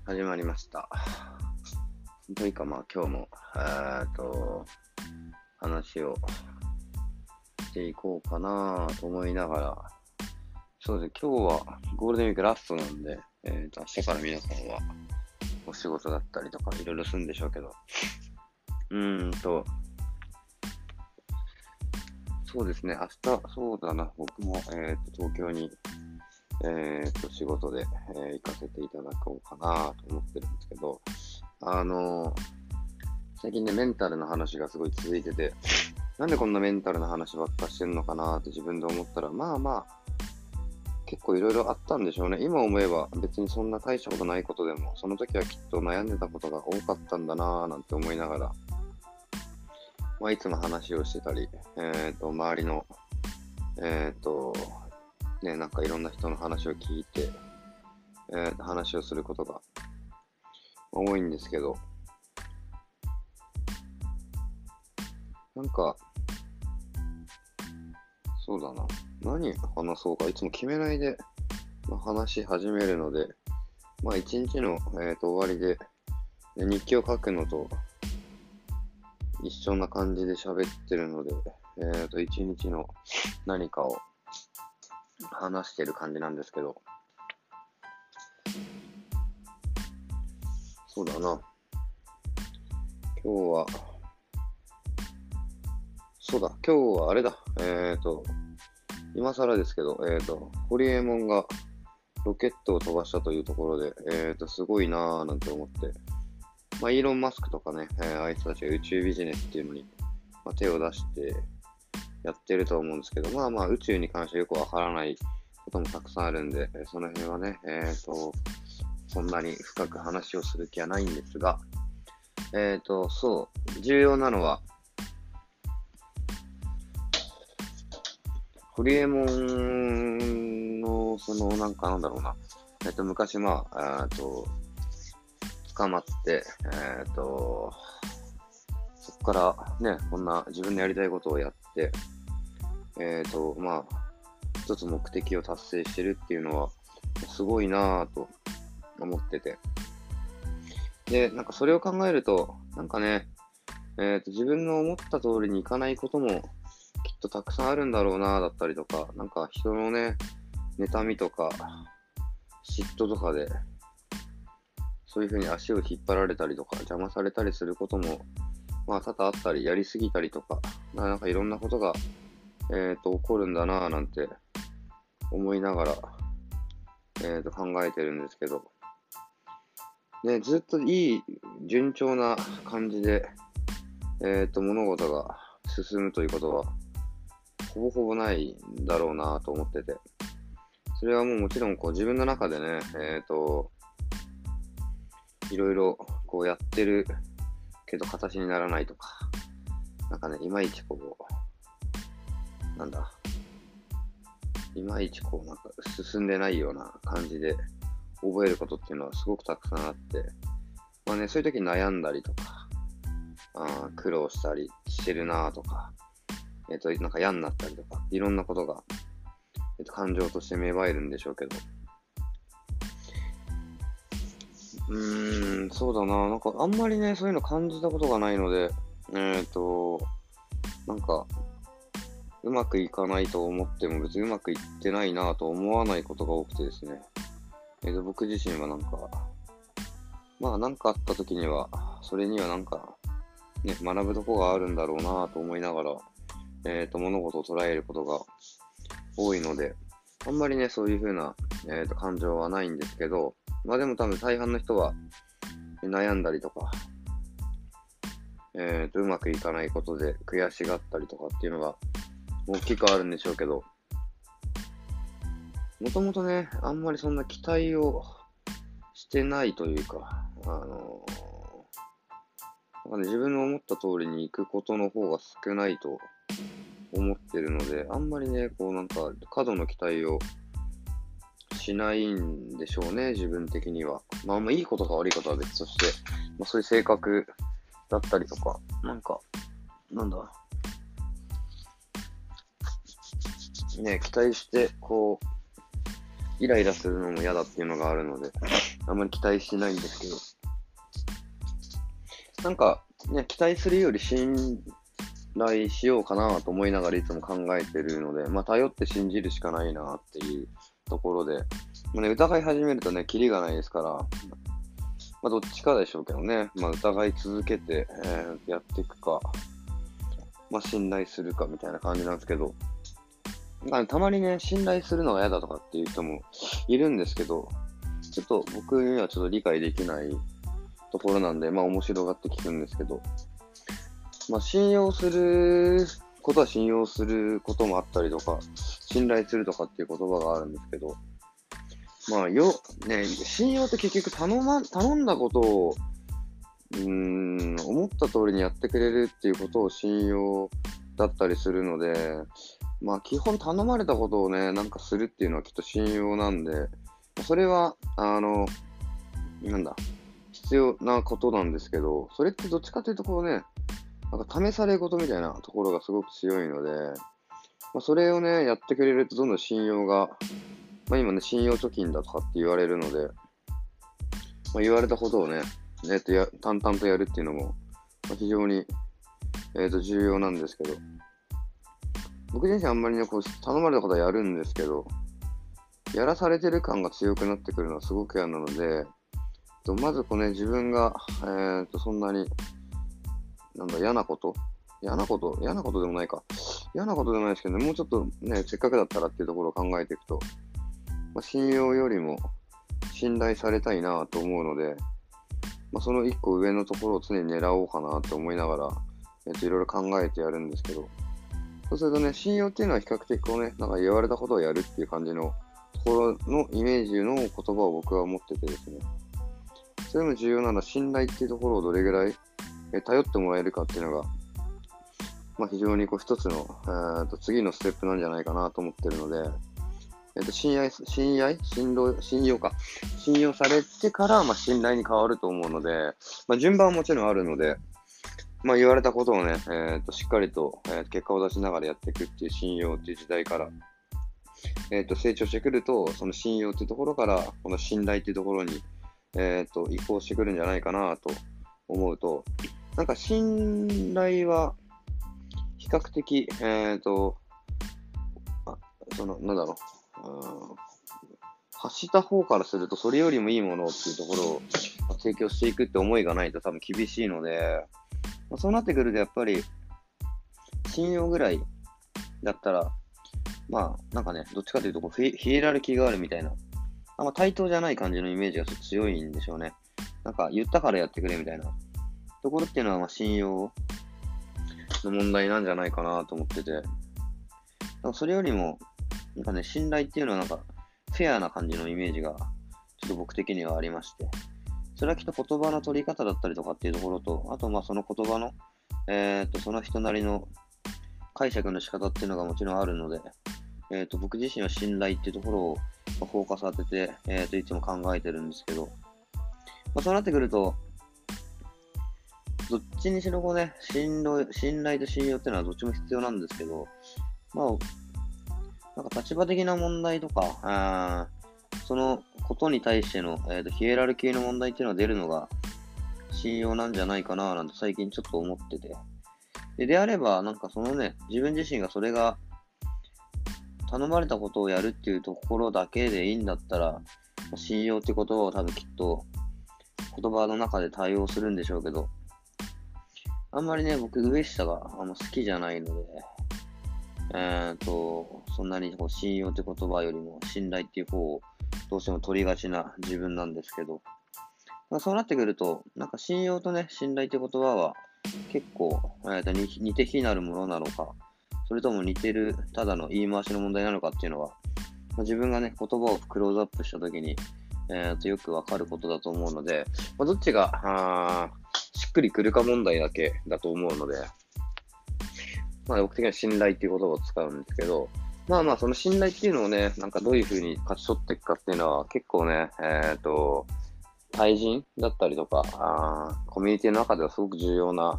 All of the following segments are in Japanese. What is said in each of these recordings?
始まりました。というか今日も、話をしていこうかなと思いながら、そうですね、今日はゴールデンウィークラストなんで、明日から皆さんはお仕事だったりとかいろいろするんでしょうけど、そうですね、明日、そうだな、僕も、東京に、仕事で、行かせていただこうかなと思ってるんですけど、最近ね、メンタルの話がすごい続いてて、なんでこんなメンタルの話ばっかしてんのかなって自分で思ったら、結構いろいろあったんでしょうね。今思えば別にそんな大したことないことでも、その時はきっと悩んでたことが多かったんだなぁなんて思いながら、いつも話をしてたり、周りの、なんかいろんな人の話を聞いて、話をすることが多いんですけど、なんか、そうだな。何話そうか。いつも決めないで、話し始めるので、一日の、終わりで、日記を書くのと一緒な感じで喋ってるので、一日の何かを話してる感じなんですけど、そうだな。今日はあれだ。今更ですけど、ホリエモンがロケットを飛ばしたというところで、すごいなぁなんて思って、イーロン・マスクとかね、あいつたちが宇宙ビジネスっていうのに、手を出してやってると思うんですけど、宇宙に関してよくわからないこともたくさんあるんで、その辺はね、そんなに深く話をする気はないんですが、重要なのは、ホリエモンの、昔捕まって、そこからね、こんな自分のやりたいことをやって、一つ目的を達成してるっていうのは、すごいなぁと思ってて。で、それを考えると、自分の思った通りにいかないこともきっとたくさんあるんだろうなぁだったりとか、人のね、妬みとか、嫉妬とかで、そういう風に足を引っ張られたりとか、邪魔されたりすることも、多々あったり、やりすぎたりとか、いろんなことが、起こるんだなぁなんて思いながら、考えてるんですけど、ね、ずっといい、順調な感じで、物事が進むということは、ほぼほぼないんだろうなぁと思ってて、それはもちろん自分の中でね、いろいろやってるけど形にならないとか、いまいち進んでないような感じで覚えることっていうのはすごくたくさんあって、そういう時に悩んだりとか、苦労したりしてるなとか、嫌になったりとか、いろんなことが、感情として芽生えるんでしょうけど、そうだな。あんまりね、そういうの感じたことがないので、うまくいかないと思っても別にうまくいってないなと思わないことが多くてですね。僕自身はあった時には、それには学ぶとこがあるんだろうなと思いながら、物事を捉えることが多いので、あんまりね、そういう風な、感情はないんですけど、でも多分大半の人は悩んだりとか、うまくいかないことで悔しがったりとかっていうのが大きくあるんでしょうけど、もともとね、あんまりそんな期待をしてないというか、自分の思った通りに行くことの方が少ないと思ってるので、あんまりね、過度の期待をしないんでしょうね、自分的には。いいことか悪いことは別として、そういう性格だったりとか、期待して、イライラするのも嫌だっていうのがあるので、 あんまり期待しないんですけど、なんか、ね、期待するより信頼しようかなと思いながらいつも考えてるので、頼って信じるしかないなっていうところで、疑い始めるとね、キリがないですから、どっちかでしょうけどね、疑い続けて、やっていくか、信頼するかみたいな感じなんですけど、たまにね、信頼するのが嫌だとかっていう人もいるんですけど、ちょっと僕にはちょっと理解できないところなんで、面白がって聞くんですけど、信用することは信用することもあったりとか、信頼するとかっていう言葉があるんですけど、信用って結局頼んだことを、思った通りにやってくれるっていうことを信用だったりするので、基本頼まれたことをね、なんかするっていうのはきっと信用なんで、それは、必要なことなんですけど、それってどっちかというとこうね、なんか試され事みたいなところがすごく強いので、それをね、やってくれるとどんどん信用が、今ね、信用貯金だとかって言われるので、言われたことをね、淡々とやるっていうのも、非常に、重要なんですけど、僕自身あんまりね、頼まれたことはやるんですけど、やらされてる感が強くなってくるのはすごく嫌なので、まず自分が、そんなに、嫌なことでもないか。嫌なことでもないですけどね、もうちょっとね、せっかくだったらっていうところを考えていくと、信用よりも信頼されたいなと思うので、その一個上のところを常に狙おうかなと思いながら、いろいろ考えてやるんですけど、そうするとね、信用っていうのは比較的なんか言われたことをやるっていう感じのところのイメージの言葉を僕は持っててですね、それも重要なのは信頼っていうところをどれぐらい頼ってもらえるかっていうのが、非常に一つの、次のステップなんじゃないかなと思ってるので、信用されてから、信頼に変わると思うので、順番はもちろんあるので、言われたことをね、しっかりと、結果を出しながらやっていくっていう信用っていう時代から、成長してくると、その信用っていうところから、この信頼っていうところに、移行してくるんじゃないかなと思うと、なんか信頼は、比較的、発した方からすると、それよりもいいものっていうところを提供していくって思いがないと多分厳しいので、そうなってくるとやっぱり、信用ぐらいだったら、なんかね、どっちかというとヒエラルキーがあるみたいな、対等じゃない感じのイメージが強いんでしょうね。なんか言ったからやってくれみたいなところっていうのは信用の問題なんじゃないかなと思ってて、それよりも、なんかね、信頼っていうのはなんか、フェアな感じのイメージが、ちょっと僕的にはありまして、それはきっと言葉の取り方だったりとかっていうところと、あとその言葉の、その人なりの解釈の仕方っていうのがもちろんあるので、僕自身は信頼っていうところをフォーカス当てて、いつも考えてるんですけど、そうなってくると、どっちにしろ信頼と信用っていうのはどっちも必要なんですけど、なんか立場的な問題とか、そのことに対しての、ヒエラルキーの問題っていうのが出るのが信用なんじゃないかななんて最近ちょっと思ってて。であれば、なんかそのね、自分自身がそれが頼まれたことをやるっていうところだけでいいんだったら、信用って言葉を多分きっと言葉の中で対応するんでしょうけど、あんまりね、僕、上下が好きじゃないので、そんなに信用って言葉よりも信頼っていう方をどうしても取りがちな自分なんですけど、そうなってくると、なんか信用とね、信頼って言葉は結構、似て非なるものなのか、それとも似てるただの言い回しの問題なのかっていうのは、自分がね、言葉をクローズアップしたときに、よくわかることだと思うので、どっちがしっくりくるか問題だけだと思うので、僕的には信頼っていう言葉を使うんですけど、その信頼っていうのをね、なんかどういう風に勝ち取っていくかっていうのは結構ね、対人だったりとか、コミュニティの中ではすごく重要な、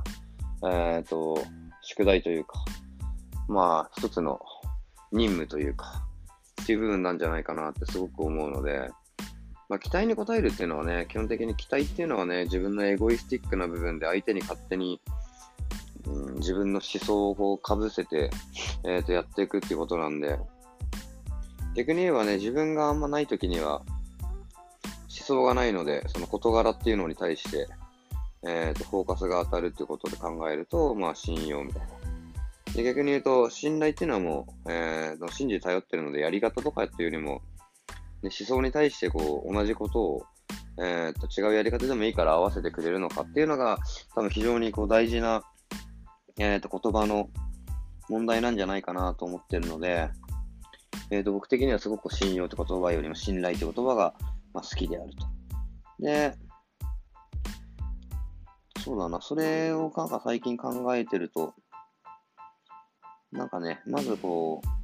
宿題というか、一つの任務というか、っていう部分なんじゃないかなってすごく思うので、 期待に応えるっていうのはね、基本的に期待っていうのはね、自分のエゴイスティックな部分で相手に勝手に、自分の思想をこうかぶせて、やっていくっていうことなんで、逆に言えばね、自分があんまない時には、思想がないので、その事柄っていうのに対して、フォーカスが当たるっていうことで考えると、信用みたいな。で、逆に言うと、信頼っていうのはもう、信じ頼ってるので、やり方とかっていうよりも、思想に対してこう、同じことを、違うやり方でもいいから合わせてくれるのかっていうのが、多分非常にこう大事な、言葉の問題なんじゃないかなと思ってるので、僕的にはすごく信用って言葉よりも信頼って言葉が、好きであると。で、そうだな、それをなんか最近考えてると、なんかね、まずこう、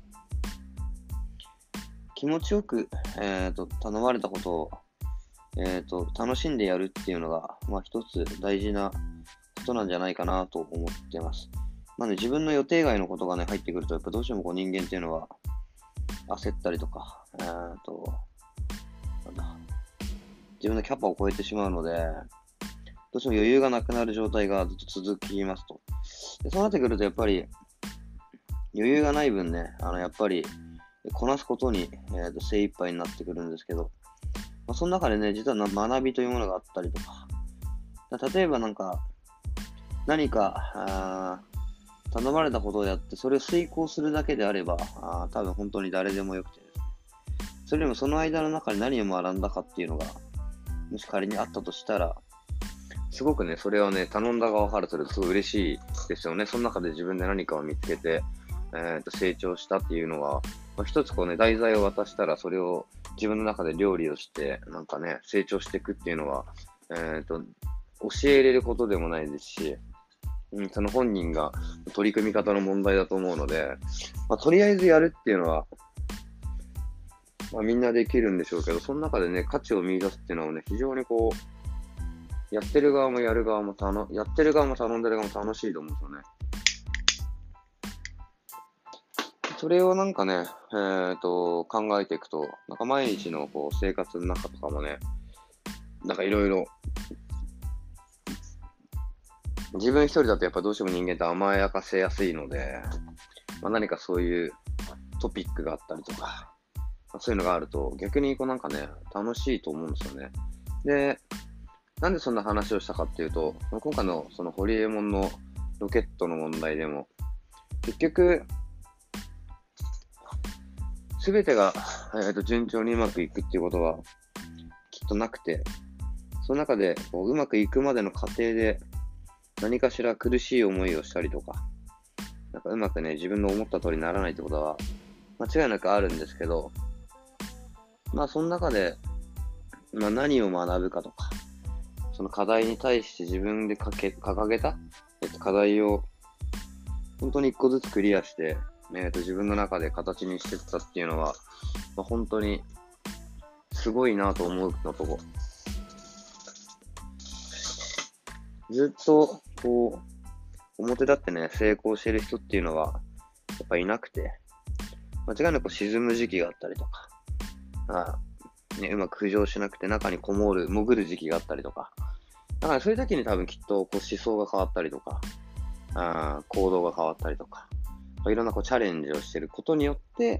気持ちよく、頼まれたことを、楽しんでやるっていうのが、一つ大事なことなんじゃないかなと思ってます。自分の予定外のことがね、入ってくると、やっぱどうしてもこう人間っていうのは、焦ったりとか、なんだ、自分のキャパを超えてしまうので、どうしても余裕がなくなる状態がずっと続きますと。でそうなってくると、やっぱり、余裕がない分ね、やっぱり、こなすことに、精一杯になってくるんですけど、その中でね、実は学びというものがあったりとか、例えばなんか、何か頼まれたことをやって、それを遂行するだけであれば、多分本当に誰でもよくてですね。それよりもその間の中で何を学んだかっていうのが、もし仮にあったとしたら、すごくね、それはね、頼んだ側からするとすごい嬉しいですよね。その中で自分で何かを見つけて、成長したっていうのは、一つこうね、題材を渡したら、それを自分の中で料理をして、なんかね、成長していくっていうのは、教えれることでもないですし、その本人が取り組み方の問題だと思うので、とりあえずやるっていうのは、みんなできるんでしょうけど、その中でね、価値を見出すっていうのはね、非常にこう、やってる側もやる側もやってる側も頼んでる側も楽しいと思うんですよね。それをなんかね、考えていくと、なんか毎日のこう生活の中とかもね、なんかいろいろ、自分一人だとやっぱどうしても人間って甘やかせやすいので、何かそういうトピックがあったりとか、そういうのがあると逆にこうなんかね、楽しいと思うんですよね。で、なんでそんな話をしたかっていうと、今回のそのホリエモンのロケットの問題でも、結局、すべてが、順調にうまくいくっていうことはきっとなくて、その中でこうまくいくまでの過程で何かしら苦しい思いをしたりとか、なんかうまくね、自分の思った通りにならないってことは間違いなくあるんですけど、その中で、何を学ぶかとか、その課題に対して自分で掲げた、課題を本当に一個ずつクリアして、自分の中で形にしていったっていうのは、本当にすごいなと思うのと、ずっとこう表立ってね成功してる人っていうのはやっぱいなくて、間違いなく沈む時期があったりとか、うまく浮上しなくて中に潜る時期があったりとか、だからそういう時に多分きっとこう思想が変わったりとか、行動が変わったりとか、いろんなこうチャレンジをしてることによって、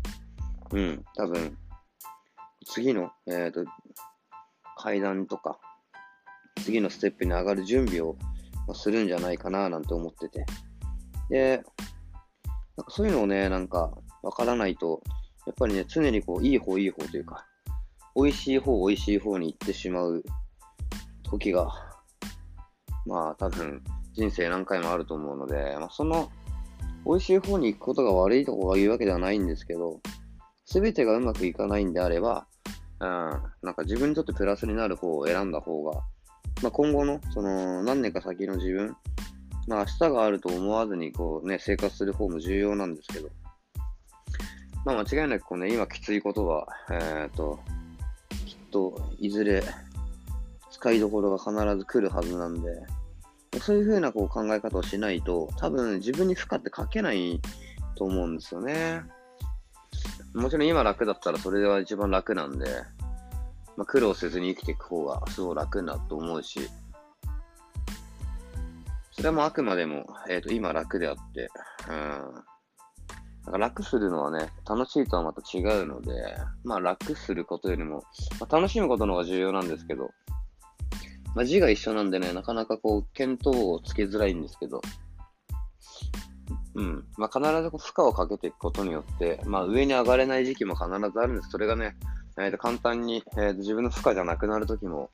多分次の、階段とか次のステップに上がる準備をするんじゃないかななんて思ってて、で、なんかそういうのをね、なんかわからないと、やっぱりね、常にこういい方というか、美味しい方に行ってしまう時が、多分人生何回もあると思うので、その美味しい方に行くことが悪いとかいうわけではないんですけど、すべてがうまくいかないんであれば、なんか自分にとってプラスになる方を選んだ方が、今後の、その、何年か先の自分、明日があると思わずに、こうね、生活する方も重要なんですけど、間違いなくこうね、今きついことは、きっと、いずれ、使いどころが必ず来るはずなんで、そういう風なこう考え方をしないと、多分自分に負荷ってかけないと思うんですよね。もちろん今楽だったらそれは一番楽なんで、 苦労せずに生きていく方がすごい楽だと思うし、それもあくまでも、今楽であって、なんか楽するのはね、楽しいとはまた違うので、楽することよりも、楽しむことの方が重要なんですけど、字が一緒なんでね、なかなか見当をつけづらいんですけど、必ず負荷をかけていくことによって、上に上がれない時期も必ずあるんです。それがね、簡単に、自分の負荷じゃなくなる時も、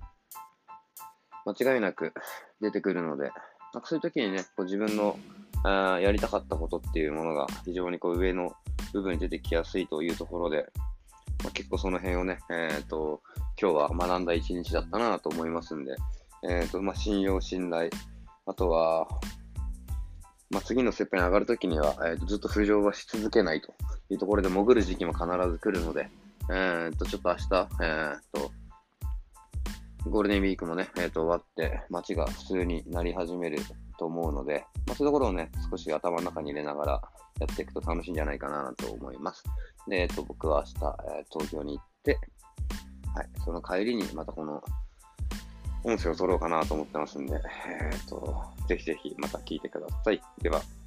間違いなく出てくるので、そういう時にね、自分のやりたかったことっていうものが非常に上の部分に出てきやすいというところで、結構その辺をね、今日は学んだ一日だったなと思いますんで、信用、信頼、あとは、次のステップに上がるときには、ずっと浮上はし続けないというところで潜る時期も必ず来るので、ちょっと明日、ゴールデンウィークもね、終わって、街が普通になり始めると思うので、そういうところをね、少し頭の中に入れながらやっていくと楽しいんじゃないかなと思います。で、僕は明日、東京に行って、はい、その帰りにまたこの音声を取ろうかなと思ってますんで、ぜひぜひまた聞いてください。では。